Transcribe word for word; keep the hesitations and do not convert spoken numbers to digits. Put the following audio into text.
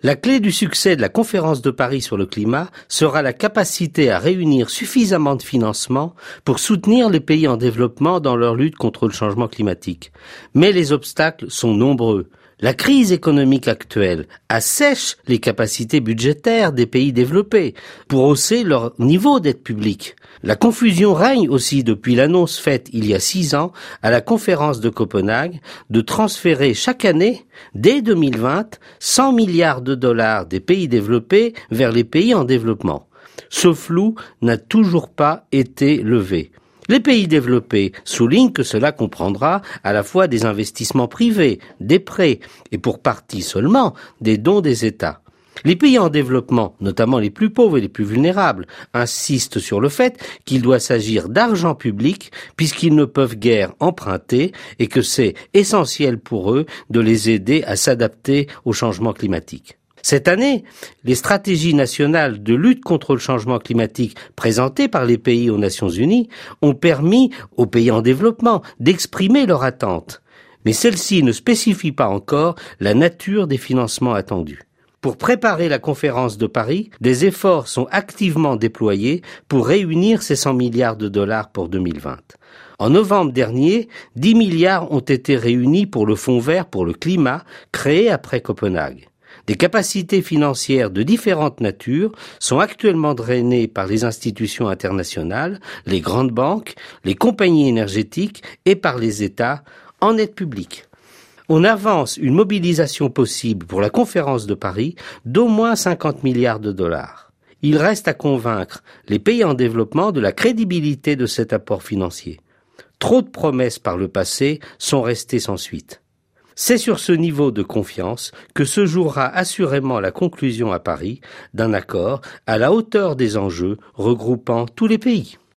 La clé du succès de la conférence de Paris sur le climat sera la capacité à réunir suffisamment de financement pour soutenir les pays en développement dans leur lutte contre le changement climatique. Mais les obstacles sont nombreux. La crise économique actuelle assèche les capacités budgétaires des pays développés pour hausser leur niveau d'aide publique. La confusion règne aussi depuis l'annonce faite il y a six ans à la conférence de Copenhague de transférer chaque année, dès deux mille vingt, cent milliards de dollars des pays développés vers les pays en développement. Ce flou n'a toujours pas été levé. Les pays développés soulignent que cela comprendra à la fois des investissements privés, des prêts et pour partie seulement des dons des États. Les pays en développement, notamment les plus pauvres et les plus vulnérables, insistent sur le fait qu'il doit s'agir d'argent public puisqu'ils ne peuvent guère emprunter et que c'est essentiel pour eux de les aider à s'adapter au changement climatique. Cette année, les stratégies nationales de lutte contre le changement climatique présentées par les pays aux Nations Unies ont permis aux pays en développement d'exprimer leurs attentes. Mais celles-ci ne spécifient pas encore la nature des financements attendus. Pour préparer la conférence de Paris, des efforts sont activement déployés pour réunir ces cent milliards de dollars pour deux mille vingt. En novembre dernier, dix milliards ont été réunis pour le Fonds vert pour le climat créé après Copenhague. Des capacités financières de différentes natures sont actuellement drainées par les institutions internationales, les grandes banques, les compagnies énergétiques et par les États en aide publique. On avance une mobilisation possible pour la conférence de Paris d'au moins cinquante milliards de dollars. Il reste à convaincre les pays en développement de la crédibilité de cet apport financier. Trop de promesses par le passé sont restées sans suite. C'est sur ce niveau de confiance que se jouera assurément la conclusion à Paris d'un accord à la hauteur des enjeux regroupant tous les pays.